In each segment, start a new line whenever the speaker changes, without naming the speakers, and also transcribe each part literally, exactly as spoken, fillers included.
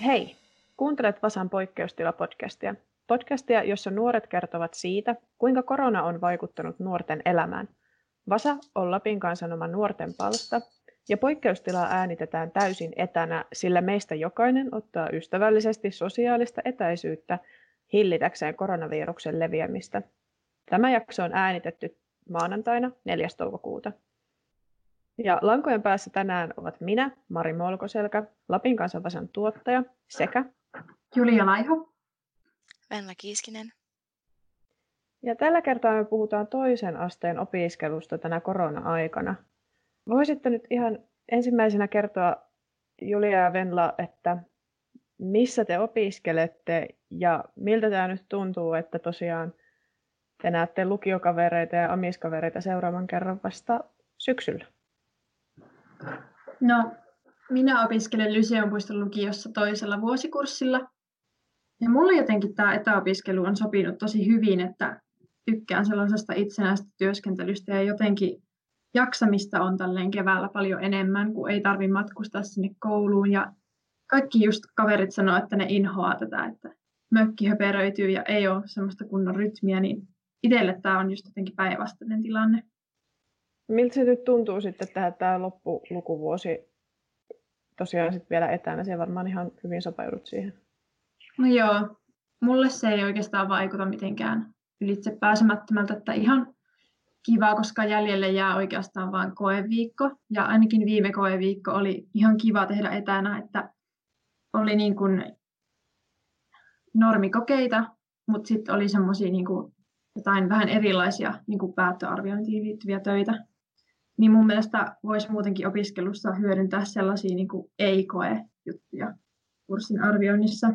Hei! Kuuntelet Vasan poikkeustila-podcastia. Podcastia, jossa nuoret kertovat siitä, kuinka korona on vaikuttanut nuorten elämään. Vasa on Lapin kansanoma nuorten palsta, ja poikkeustilaa äänitetään täysin etänä, sillä meistä jokainen ottaa ystävällisesti sosiaalista etäisyyttä hillitäkseen koronaviruksen leviämistä. Tämä jakso on äänitetty maanantaina neljäs toukokuuta. Ja lankojen päässä tänään ovat minä, Mari Molkoselkä, Lapin kansan Vasan tuottaja, sekä
Julia Laiho,
Venla Kiiskinen.
Ja tällä kertaa me puhutaan toisen asteen opiskelusta tänä korona-aikana. Voisitte nyt ihan ensimmäisenä kertoa, Julia ja Venla, että missä te opiskelette ja miltä tämä nyt tuntuu, että tosiaan te näette lukiokavereita ja amiskavereita seuraavan kerran vasta syksyllä?
No, minä opiskelen Lyseonpuiston lukiossa toisella vuosikurssilla. Ja mulle jotenkin tämä etäopiskelu on sopinut tosi hyvin, että tykkään sellaisesta itsenäisestä työskentelystä ja jotenkin jaksamista on tälleen keväällä paljon enemmän, kun ei tarvitse matkustaa sinne kouluun. Ja kaikki just kaverit sanoo, että ne inhoaa tätä, että mökki höperöityy ja ei ole semmoista kunnon rytmiä, niin itselle tämä on just jotenkin päinvastainen tilanne.
Miltä se nyt tuntuu sitten tehdä tämä loppulukuvuosi tosiaan sitten vielä etänä? Siellä varmaan ihan hyvin sopaudut siihen.
No joo, mulle se ei oikeastaan vaikuta mitenkään ylitse pääsemättömältä, että ihan kiva, koska jäljelle jää oikeastaan vain koeviikko. Ja ainakin viime koeviikko oli ihan kiva tehdä etänä, että oli niin kuin normikokeita, mutta sitten oli semmoisia niin kuin jotain vähän erilaisia niin kuin päättöarviointiin liittyviä töitä. Niin mun mielestä voisi muutenkin opiskelussa hyödyntää sellaisia niin kuin ei-koe-juttuja kurssin arvioinnissa.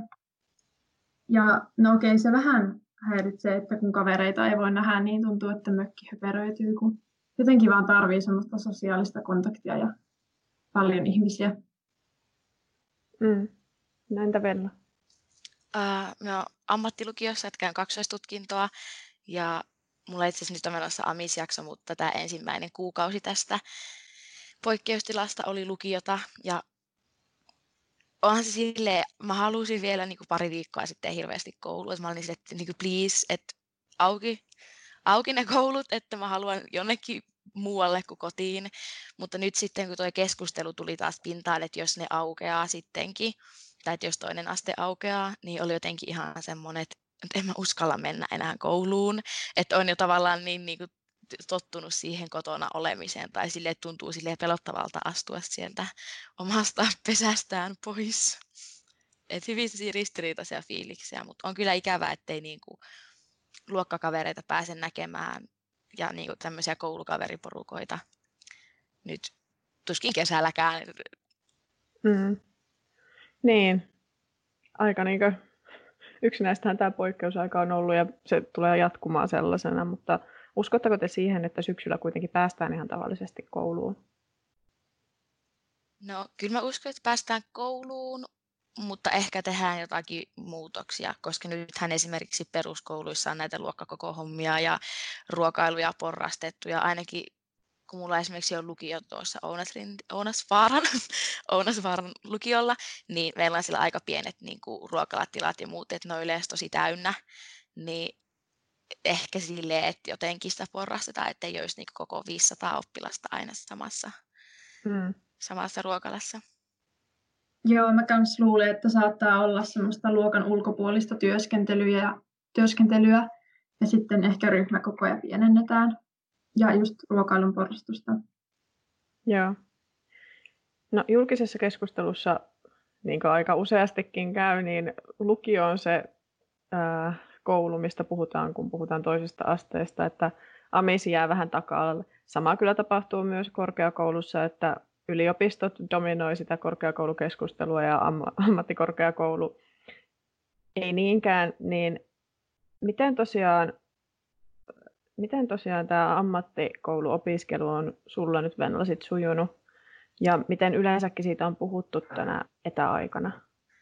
Ja no okei, se vähän häiritsee, että kun kavereita ei voi nähdä, niin tuntuu, että mökki höperöityy, kun jotenkin vaan tarvii semmoista sosiaalista kontaktia ja paljon ihmisiä.
Mm. No entä Venla?
Uh, mä oon ammattilukiossa, että käyn kaksoistutkintoa ja mulla itse asiassa nyt on menossa amisjakso, mutta tämä ensimmäinen kuukausi tästä poikkeustilasta oli lukiota ja onhan se silleen, mä halusin vielä niin kuin pari viikkoa sitten hirveästi koulua, mä olin silleen, että niin kuin please, että auki, auki ne koulut, että mä haluan jonnekin muualle kuin kotiin, mutta nyt sitten kun tuo keskustelu tuli taas pintaan, että jos ne aukeaa sittenkin, tai että jos toinen aste aukeaa, niin oli jotenkin ihan semmoinen, että en mä uskalla mennä enää kouluun, että on jo tavallaan niin, niin kuin tottunut siihen kotona olemiseen, tai silleen tuntuu silleen pelottavalta astua sieltä omasta pesästään pois. Et hyvin ristiriitaisia fiiliksiä, mutta on kyllä ikävää, ettei niinku luokkakavereita pääse näkemään ja niinku tämmöisiä koulukaveriporukoita nyt tuskin kesälläkään.
Mm. Niin, aika niinkö yksinäistähän tämä poikkeusaika on ollut ja se tulee jatkumaan sellaisena, mutta uskotteko te siihen, että syksyllä kuitenkin päästään ihan tavallisesti kouluun?
No kyllä mä uskon, että päästään kouluun, mutta ehkä tehdään jotakin muutoksia, koska nythän esimerkiksi peruskouluissa on näitä luokkakoko-hommia ja ruokailuja porrastettu ja ainakin kun mulla esimerkiksi on lukio tuossa Ounasvaaran, Ounasvaaran lukiolla, niin meillä on siellä aika pienet niin kuin ruokalatilat ja muut, että ne on yleensä tosi täynnä, niin ehkä silleen, että jotenkin sitä porrastetaan, että ei olisi niin koko viisisataa oppilasta aina samassa,
Mm.
samassa ruokalassa.
Joo, mä kans luulen, että saattaa olla semmoista luokan ulkopuolista työskentelyä ja, työskentelyä ja sitten ehkä ryhmäkokoja pienennetään ja just ruokailun porrastusta.
Joo. No julkisessa keskustelussa, niin kuin aika useastikin käy, niin lukio on se ää, koulu, mistä puhutaan, kun puhutaan toisesta asteesta, että amisi jää vähän taka-alalle. Sama kyllä tapahtuu myös korkeakoulussa, että yliopistot dominoi sitä korkeakoulukeskustelua ja am- ammattikorkeakoulu ei niinkään, niin miten tosiaan, miten tosiaan tämä ammattikouluopiskelu on sulla nyt Venla sit sujunut ja miten yleensäkin siitä on puhuttu tänä etäaikana?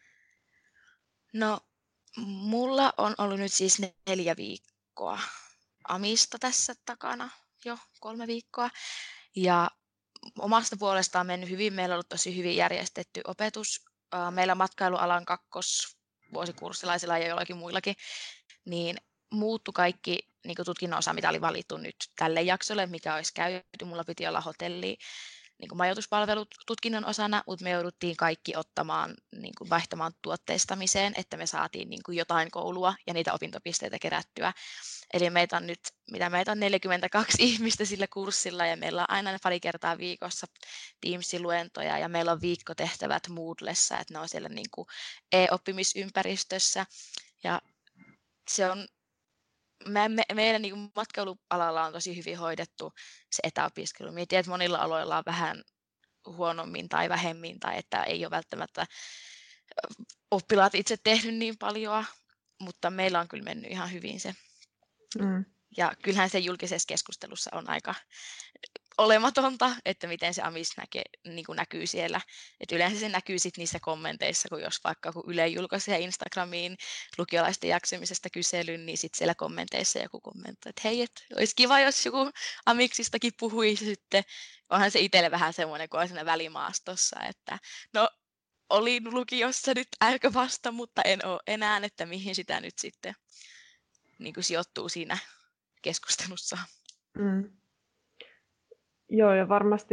No mulla on ollut nyt siis neljä viikkoa amista tässä takana, jo kolme viikkoa ja omasta puolestaan mennyt hyvin. Meillä on ollut tosi hyvin järjestetty opetus ää, meillä matkailualan kakkosvuosikurssilaisilla ja jollakin muillakin, niin muuttui kaikki niin kuin tutkinnon osa, mitä oli valittu nyt tälle jaksolle, mikä olisi käyty. Mulla piti olla hotelli niin kuin majoituspalvelut tutkinnon osana, mutta me jouduttiin kaikki ottamaan, niin kuin vaihtamaan tuotteistamiseen, että me saatiin niin kuin jotain koulua ja niitä opintopisteitä kerättyä. Eli meitä on nyt, mitä meitä on neljäkymmentäkaksi ihmistä sillä kurssilla ja meillä on aina pari kertaa viikossa Teams-luentoja ja meillä on viikkotehtävät Moodlessa, että ne on siellä niin kuin e-oppimisympäristössä ja se on me, me, meidän niin kuin matkailualalla on tosi hyvin hoidettu se etäopiskelu. Mietin, että monilla aloilla on vähän huonommin tai vähemmin, tai että ei ole välttämättä oppilaat itse tehnyt niin paljon, mutta meillä on kyllä mennyt ihan hyvin se.
Mm.
Ja kyllähän se julkisessa keskustelussa on aika olematonta, että miten se amis näke, niin kuin näkyy siellä. Et yleensä se näkyy sit niissä kommenteissa, kun jos vaikka kun Yle julkaisee Instagramiin lukiolaisten jaksemisesta kyselyn, niin sitten siellä kommenteissa joku kommentoi, että hei, et olisi kiva, jos joku amiksistakin puhuisi sitten. Onhan se itselle vähän semmoinen, kun on siinä välimaastossa, että no olin lukiossa nyt älkö vasta, mutta en ole enää, että mihin sitä nyt sitten niin kuin sijoittuu siinä keskustelussa.
Mm. Joo, ja varmasti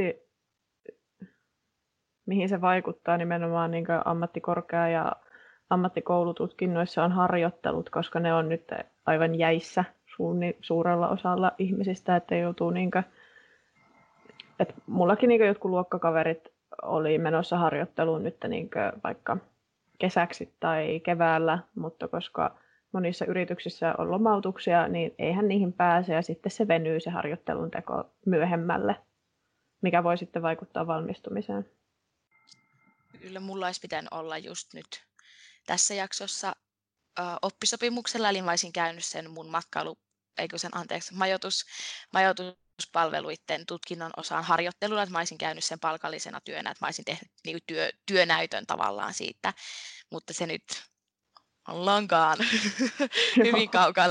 mihin se vaikuttaa nimenomaan niin kuin ammattikorkea- ja ammattikoulututkinnoissa on harjoittelut, koska ne on nyt aivan jäissä suurella osalla ihmisistä, että joutuu niin kuin, että mullakin niin kuin jotkut luokkakaverit oli menossa harjoitteluun nyt niin kuin vaikka kesäksi tai keväällä, mutta koska monissa yrityksissä on lomautuksia, niin eihän niihin pääse ja sitten se venyy se harjoittelun teko myöhemmälle, mikä voi sitten vaikuttaa valmistumiseen.
Kyllä mulla olisi pitänyt olla just nyt tässä jaksossa ö, oppisopimuksella, eli mä olisin käynyt sen mun matkailu, eikö sen anteeksi, majoitus, majoituspalveluiden tutkinnon osaan harjoittelulla, että mä olisin käynyt sen palkallisena työnä, että mä olisin tehnyt niin työ, työnäytön tavallaan siitä, mutta se nyt ollaankaan hyvin kaukana.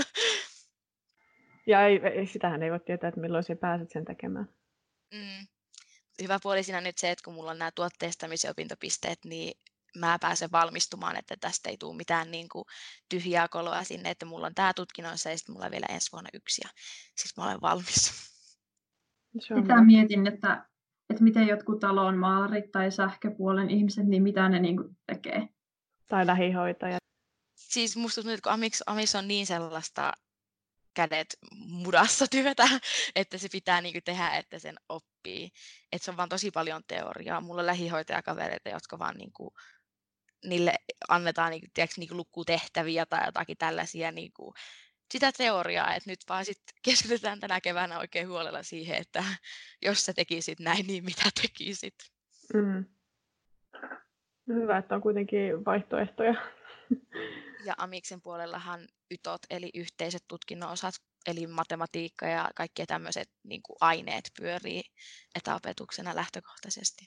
Ja ei, ei, sitähän ei voi tietää, että milloin sä pääset sen tekemään.
Mm. Hyvä puoli siinä nyt se, että kun mulla on nämä tuotteistamis- ja opintopisteet, niin mä pääsen valmistumaan, että tästä ei tule mitään niin kuin tyhjää koloa sinne, että mulla on tämä tutkinnossa ja sitten mulla on vielä ensi vuonna yksi ja siis mä olen valmis.
Se on
Sitä
hyvä.
mietin, että, että miten jotkut talonmaalarit tai sähköpuolen ihmiset, niin mitä ne niin kuin tekee.
Tai lähihoitaja.
Siis musta tuntuu, että kun Amis, Amis on niin sellaista kädet mudassa työtä, että se pitää niinku tehdä, että sen oppii. Että se on vaan tosi paljon teoriaa. Mulla on lähihoitajakavereita, jotka vaan niinku, niille annetaan niinku, tiedätkö, niinku lukkutehtäviä tai jotakin tällaisia niinku, sitä teoriaa, että nyt vaan sit keskitytään tänä keväänä oikein huolella siihen, että jos sä tekisit näin, niin mitä tekisit.
Mm. No hyvä, että on kuitenkin vaihtoehtoja.
Ja Amiksen puolellahan ytot, eli yhteiset tutkinnon osat, eli matematiikka ja kaikki tämmöiset niin kuin aineet pyörii etäopetuksena lähtökohtaisesti.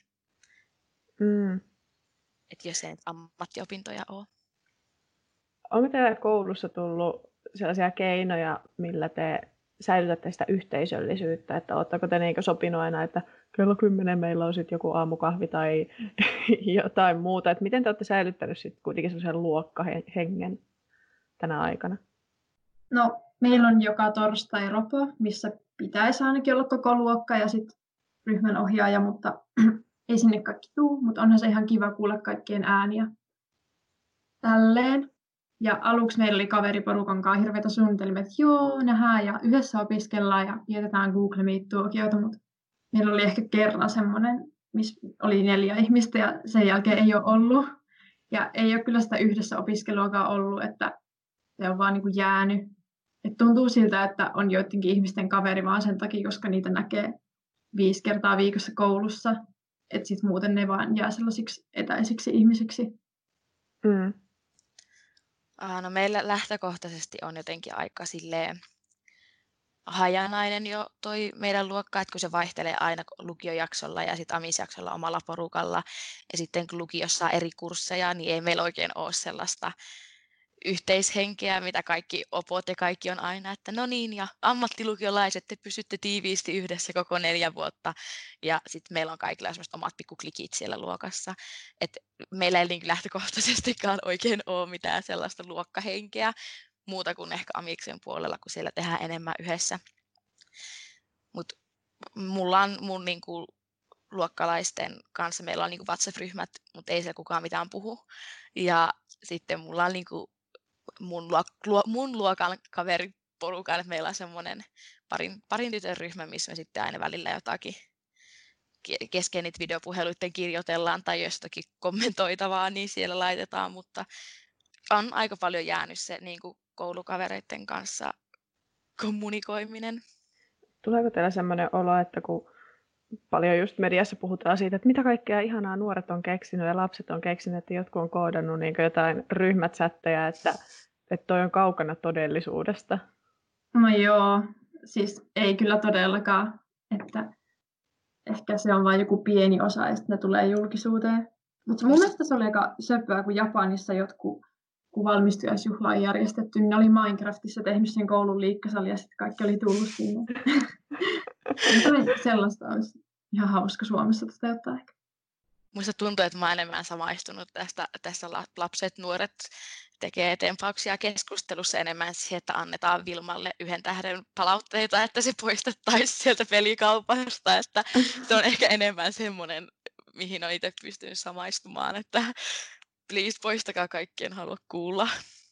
Mm.
Että jos ei nyt ammattiopintoja ole.
Onko teillä koulussa tullut sellaisia keinoja, millä te säilytätte sitä yhteisöllisyyttä? Että oletteko te niin sopinut aina, että kello kymmenen meillä on sitten joku aamukahvi tai jotain muuta? Että miten te olette säilyttänyt sitten kuitenkin sellaisen luokkahengen tänä aikana?
No, meillä on joka torstai ropo, missä pitäisi ainakin olla koko luokka ja sitten ryhmän ohjaaja, mutta ei sinne kaikki tuu, mutta onhan se ihan kiva kuulla kaikkien ääniä. Tälleen. Ja aluksi meillä oli kaveriporukan kanssa hirveitä suunnitelmia, että joo, nähdään ja yhdessä opiskellaan ja vietetään Google Meet-tuokioita, mutta meillä oli ehkä kerran semmoinen, missä oli neljä ihmistä ja sen jälkeen ei ole ollut. Ja ei ole kyllä sitä yhdessä opiskeluakaan ollut, että se on vaan niin kuin jäänyt. Et tuntuu siltä, että on joidenkin ihmisten kaveri vaan sen takia, koska niitä näkee viisi kertaa viikossa koulussa. Että sitten muuten ne vaan jää sellaisiksi etäisiksi ihmisiksi.
Mm.
No meillä lähtökohtaisesti on jotenkin aika silleen hajanainen jo toi meidän luokka, että kun se vaihtelee aina lukiojaksolla ja sitten amisjaksolla omalla porukalla ja sitten kun lukiossa on eri kursseja, niin ei meillä oikein ole sellaista yhteishenkeä, mitä kaikki opot ja kaikki on aina, että no niin, ja ammattilukiolaiset, te pysytte tiiviisti yhdessä koko neljä vuotta, ja sitten meillä on kaikilla semmoiset omat pikkuklikit siellä luokassa, että meillä ei niin lähtökohtaisestikaan oikein ole mitään sellaista luokkahenkeä, muuta kuin ehkä amiksen puolella, kun siellä tehdään enemmän yhdessä. Mutta mulla on mun niinku luokkalaisten kanssa, meillä on niinku WhatsApp-ryhmät, mutta ei siellä kukaan mitään puhu. Ja sitten mulla on niinku mun, luok, luo, mun luokan kaveriporukan, että meillä on semmoinen parin, parin tytön ryhmä, missä me sitten aina välillä jotakin kesken niitä videopuheluiden kirjoitellaan tai jostakin kommentoitavaa, niin siellä laitetaan, mutta on aika paljon jäänyt se niin kuin koulukavereiden kanssa kommunikoiminen.
Tuleeko teillä sellainen olo, että kun paljon just mediassa puhutaan siitä, että mitä kaikkea ihanaa nuoret on keksinyt ja lapset on keksinyt, että jotkut on koodannut niin jotain ryhmächatteja, että, että toi on kaukana todellisuudesta?
No joo, siis ei kyllä todellakaan, että ehkä se on vain joku pieni osa ja sitten ne tulee julkisuuteen. Mutta mun mielestä se oli aika söpöä, kun Japanissa jotkut, kun valmistujaisjuhla on järjestetty, niin ne oli Minecraftissa tehnyt sen koulun liikkasali ja sitten kaikki oli tullut sinne. Sellaista olisi ihan hauska Suomessa toteuttaa ehkä.
Musta tuntuu, että mä olen enemmän samaistunut tästä, tässä lapset, nuoret tekee tempauksia keskustelussa enemmän siihen, että annetaan Vilmalle yhden tähden palautteita, että se poistettaisiin sieltä pelikaupasta. Että se on ehkä enemmän semmoinen, mihin on itse pystynyt samaistumaan, että please poistakaa kaikki, en halua kuulla.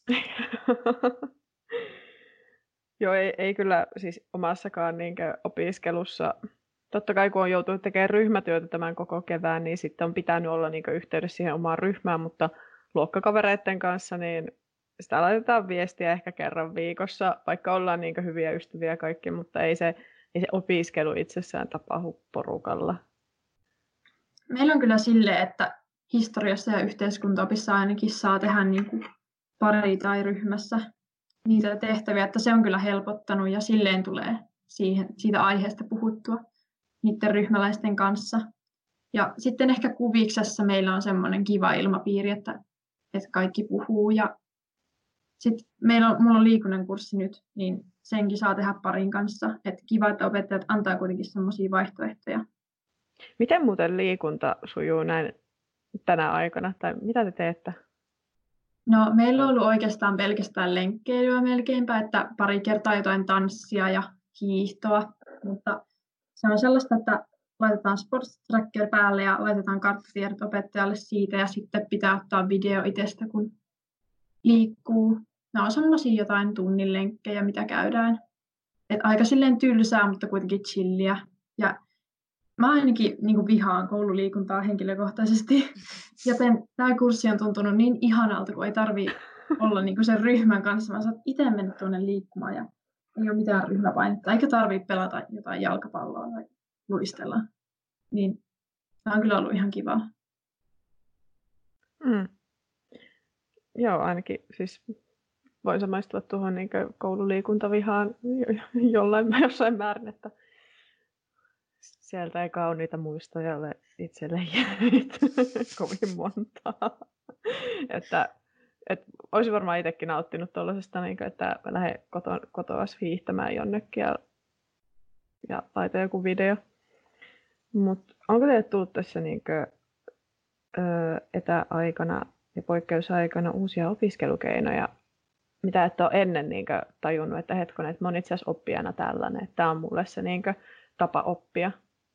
Joo, ei, ei kyllä siis omassakaan niinkö opiskelussa. Totta kai kun on joutunut tekemään ryhmätyötä tämän koko kevään, niin sitten on pitänyt olla niinkö yhteydessä siihen omaan ryhmään, mutta luokkakavereiden kanssa niin sitä laitetaan viestiä ehkä kerran viikossa, vaikka ollaan niinkö hyviä ystäviä kaikki, mutta ei se, ei se opiskelu itsessään tapahdu porukalla.
Meillä on kyllä silleen, että historiassa ja yhteiskuntaopissa ainakin saa tehdä niin kuin pari tai ryhmässä niitä tehtäviä, että se on kyllä helpottanut ja silleen tulee siihen, siitä aiheesta puhuttua niiden ryhmäläisten kanssa. Ja sitten ehkä kuviksessa meillä on semmoinen kiva ilmapiiri, että, että kaikki puhuu. Ja sitten meillä on, mulla on liikunnan kurssi nyt, niin senkin saa tehdä parin kanssa. Että kiva, että opettajat antaa kuitenkin semmoisia vaihtoehtoja.
Miten muuten liikunta sujuu näin tänä aikana, tai mitä te teette?
No, meillä on ollut oikeastaan pelkästään lenkkeilyä melkeinpä, että pari kertaa jotain tanssia ja hiihtoa, mutta se on sellaista, että laitetaan sports tracker päälle ja laitetaan karttatiedot opettajalle siitä ja sitten pitää ottaa video itsestä, kun liikkuu. Nämä on semmoisia jotain tunnin lenkkejä, mitä käydään. Et aika silleen tylsää, mutta kuitenkin chilliä. Ja mä ainakin niin kuin vihaan koululiikuntaa henkilökohtaisesti, joten tämä kurssi on tuntunut niin ihanalta, kun ei tarvitse olla niin kuin sen ryhmän kanssa, vaan sä oot itse mennyt tuonne liikkumaan ja ei ole mitään ryhmäpainetta, eikä tarvitse pelata jotain jalkapalloa tai luistella. Niin tämä on kyllä ollut ihan kivaa.
Mm. Joo, ainakin siis voin samaistua tuohon niin koululiikuntavihaan jollain, jossain määrin, että sieltä ei kauniita muistoja ole itselle jäänyt kovin montaa. että, et, olisin varmaan itsekin nauttinut tuollaisesta, niin että lähden kotoa, kotoa hiihtämään jonnekin ja, ja laitan joku video. Mutta onko teille tullut tässä niin kuin, ö, etäaikana ja poikkeusaikana uusia opiskelukeinoja, mitä et ole ennen niin kuin, tajunnut, että hetkonen, että mä oon itse asiassa oppijana tällainen, että tämä on mulle se niin kuin, tapa oppia?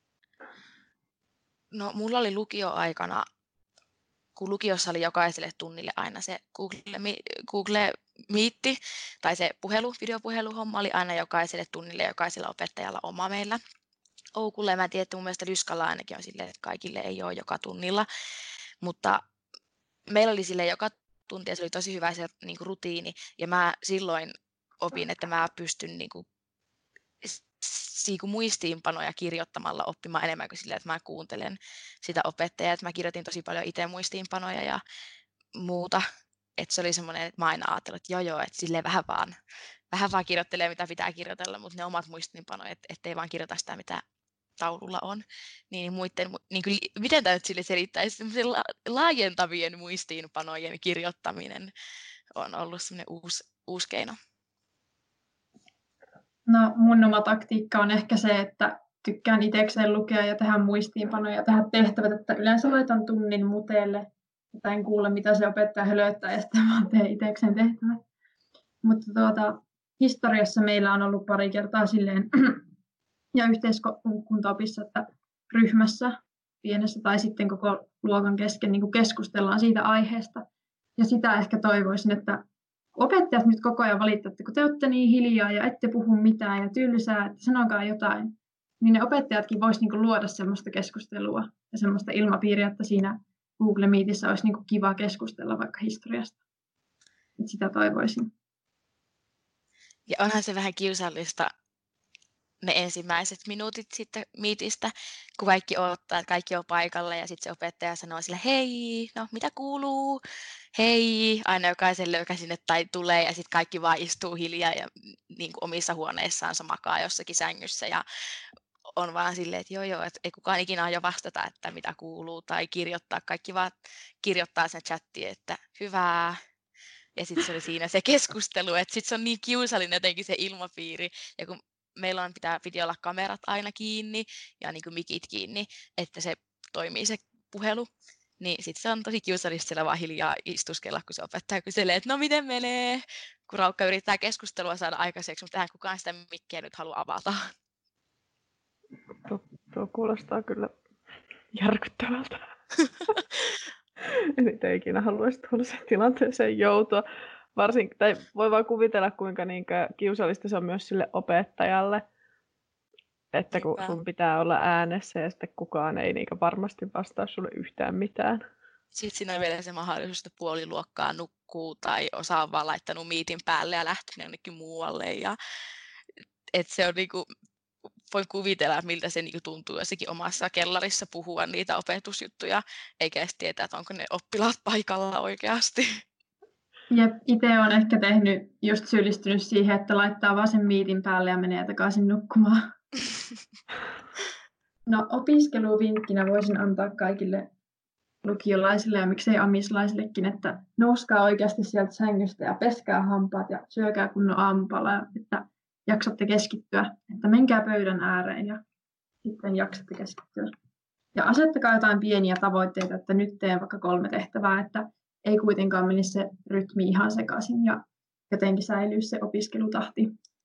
No, mulla oli lukioaikana, kun lukiossa oli jokaiselle tunnille aina se Google, Google Meet, tai se puhelu, videopuheluhomma oli aina jokaiselle tunnille, jokaisella opettajalla oma meillä. Oukulle, mä tiedän, että mun mielestä Lyskalla ainakin on silleen, että kaikille ei ole joka tunnilla, mutta meillä oli silleen joka tunti ja se oli tosi hyvä se niin kuin rutiini, ja mä silloin opin, että mä pystyn niin kuin, siiku muistiinpanoja kirjoittamalla oppimaan enemmän kuin sillä, että mä kuuntelen sitä opettajaa, että mä kirjoitin tosi paljon itse muistiinpanoja ja muuta, että se oli semmoinen, että mä aina ajattelin, että joo joo, että silleen vähän vaan, vähän vaan kirjoittelee, mitä pitää kirjoitella, mutta ne omat muistiinpanoja, että ettei vaan kirjoita sitä, mitä taululla on, niin muiden, niin kuin, miten tämä nyt sille selittäisi, laajentavien muistiinpanojen kirjoittaminen on ollut semmoinen uusi, uusi keino.
No mun oma taktiikka on ehkä se, että tykkään itsekseen lukea ja tehdä muistiinpanoja ja tehdä tehtävät, että yleensä laitan tunnin muteelle, että en kuule mitä se opettaja hölöttää ja sitten vaan teen itsekseen tehtävät. Mutta tuota, historiassa meillä on ollut pari kertaa silleen, ja yhteiskuntaopissa, että ryhmässä pienessä tai sitten koko luokan kesken niin kuin keskustellaan siitä aiheesta. Ja sitä ehkä toivoisin, että opettajat nyt koko ajan valittatte, kun te olette niin hiljaa ja ette puhu mitään ja tylsää, että sanokaa jotain, niin ne opettajatkin voisivat niin kuin luoda semmoista keskustelua ja semmoista ilmapiiriä, että siinä Google Meetissä olisi niin kuin kiva keskustella vaikka historiasta. Et sitä toivoisin.
Ja onhan se vähän kiusallista ne ensimmäiset minuutit sitten Meetistä, kun kaikki odottaa, että kaikki on paikalla ja sitten se opettaja sanoo sille, hei, no mitä kuuluu, hei, aina jokaisen löykä sinne tai tulee ja sitten kaikki vaan istuu hiljaa ja niin kuin omissa huoneissaan makaa jossakin sängyssä ja on vaan silleen, että joo joo, että ei kukaan ikinä aio vastata, että mitä kuuluu tai kirjoittaa, kaikki vaan kirjoittaa sen chattiin, että hyvää. Ja sitten se oli siinä se keskustelu, että sitten se on niin kiusallinen jotenkin se ilmapiiri. Ja kun meillä on, pitää, piti olla kamerat aina kiinni ja niin kuin mikit kiinni, että se toimii se puhelu, niin sitten se on tosi kiusallista siellä vaan hiljaa istuskella, kun se opettaja kyselee, että no miten menee, kun Raukka yrittää keskustelua saada aikaiseksi, mutta eihän kukaan sitä mikkiä nyt halua avata.
Tuo, tuo kuulostaa kyllä järkyttävältä. En itse ikinä haluaisi tuollaiseen tilanteeseen joutua. Varsin, tai voi vaan kuvitella, kuinka niinkö kiusallista se on myös sille opettajalle, että kun sun pitää olla äänessä ja sitten kukaan ei niinkö varmasti vastaa sulle yhtään mitään.
Sitten siinä on vielä se mahdollisuus, että puoli luokkaa nukkuu tai osa on vaan laittanut Meetin päälle ja lähtenyt jonnekin muualle. Ja, et se on niinku, voin kuvitella, miltä se niinku tuntuu jossakin omassa kellarissa puhua niitä opetusjuttuja, eikä edes tietää, että onko ne oppilaat paikalla oikeasti.
Jep, itse olen ehkä tehnyt, just syyllistynyt siihen, että laittaa vaan sen Meetin päälle ja menee takaisin nukkumaan. No opiskeluvinkkinä voisin antaa kaikille lukiolaisille ja miksei amislaisillekin, että nouskaa oikeasti sieltä sängystä ja peskää hampaat ja syökää kunnon aamupalaa, että jaksatte keskittyä, että menkää pöydän ääreen ja sitten jaksatte keskittyä. Ja asettakaa jotain pieniä tavoitteita, että nyt teen vaikka kolme tehtävää, että ei kuitenkaan menisi se rytmi ihan sekaisin ja jotenkin säilyisi se opiskelutahti.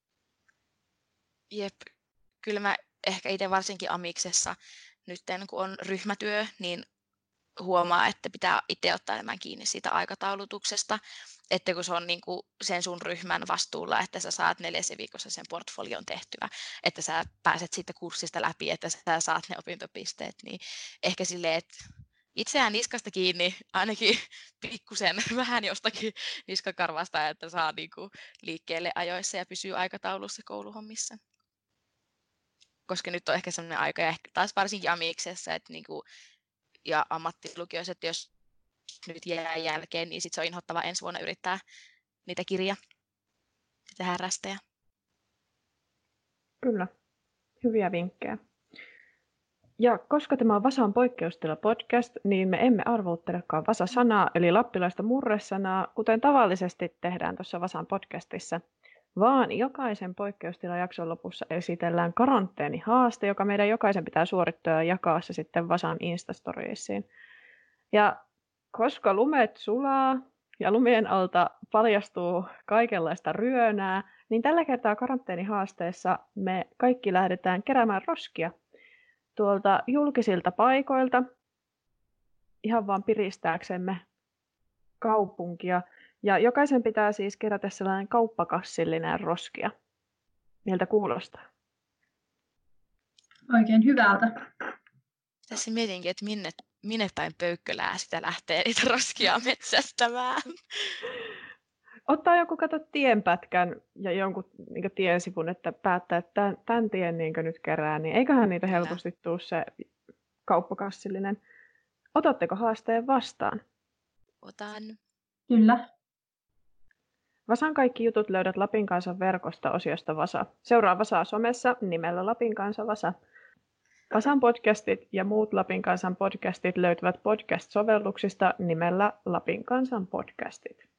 Jep, kyllä mä ehkä itse varsinkin amiksessa nyt kun on ryhmätyö, niin huomaa, että pitää itse ottaa enemmän kiinni siitä aikataulutuksesta, että kun se on niin kuin sen sun ryhmän vastuulla, että sä saat neljässä viikossa sen portfolion tehtyä, että sä pääset siitä kurssista läpi, että sä saat ne opintopisteet, niin ehkä silleen, että itseään niskasta kiinni, ainakin pikkusen vähän jostakin niskakarvasta, että saa niin kuin liikkeelle ajoissa ja pysyy aikataulussa kouluhommissa. Koska nyt on ehkä sellainen aika, ja ehkä taas varsinkin amiksessa, että niin kuin ja ammattilukioissa, että jos nyt jää jälkeen, niin sit se on inhottava ensi vuonna yrittää niitä kirja ja tehdä rästejä.
Kyllä, hyviä vinkkejä. Ja koska tämä on Vasan poikkeustila podcast, niin me emme arvuuttelekaan Vasa-sanaa, eli lappilaista murresanaa, kuten tavallisesti tehdään tuossa Vasan podcastissa, vaan jokaisen poikkeustilajakson lopussa esitellään karanteenihaaste, joka meidän jokaisen pitää suorittaa ja jakaa se sitten Vasan Instastoriesiin. Ja koska lumet sulaa ja lumien alta paljastuu kaikenlaista ryönää, niin tällä kertaa karanteenihaasteessa me kaikki lähdetään keräämään roskia tuolta julkisilta paikoilta ihan vaan piristääksemme kaupunkia. Ja jokaisen pitää siis kerätä sellainen kauppakassillinen roskia. Miltä kuulostaa?
Oikein hyvältä.
Tässä mietinkin, että minne, minne päin Pöykkölää sitä lähtee niitä roskia metsästämään.
Ottaa joku kato tienpätkän ja jonkun niin tiensivun, että päättää, että tämän, tämän tien niin nyt kerää, niin eiköhän niitä helposti tule se kauppakassillinen. Otatteko haasteen vastaan?
Otan.
Kyllä.
Vasan kaikki jutut löydät Lapin Kansan verkosta osiosta Vasa. Seuraa Vasaa somessa nimellä Lapin Kansa Vasa. Vasan podcastit ja muut Lapin Kansan podcastit löytyvät podcast-sovelluksista nimellä Lapin Kansan podcastit.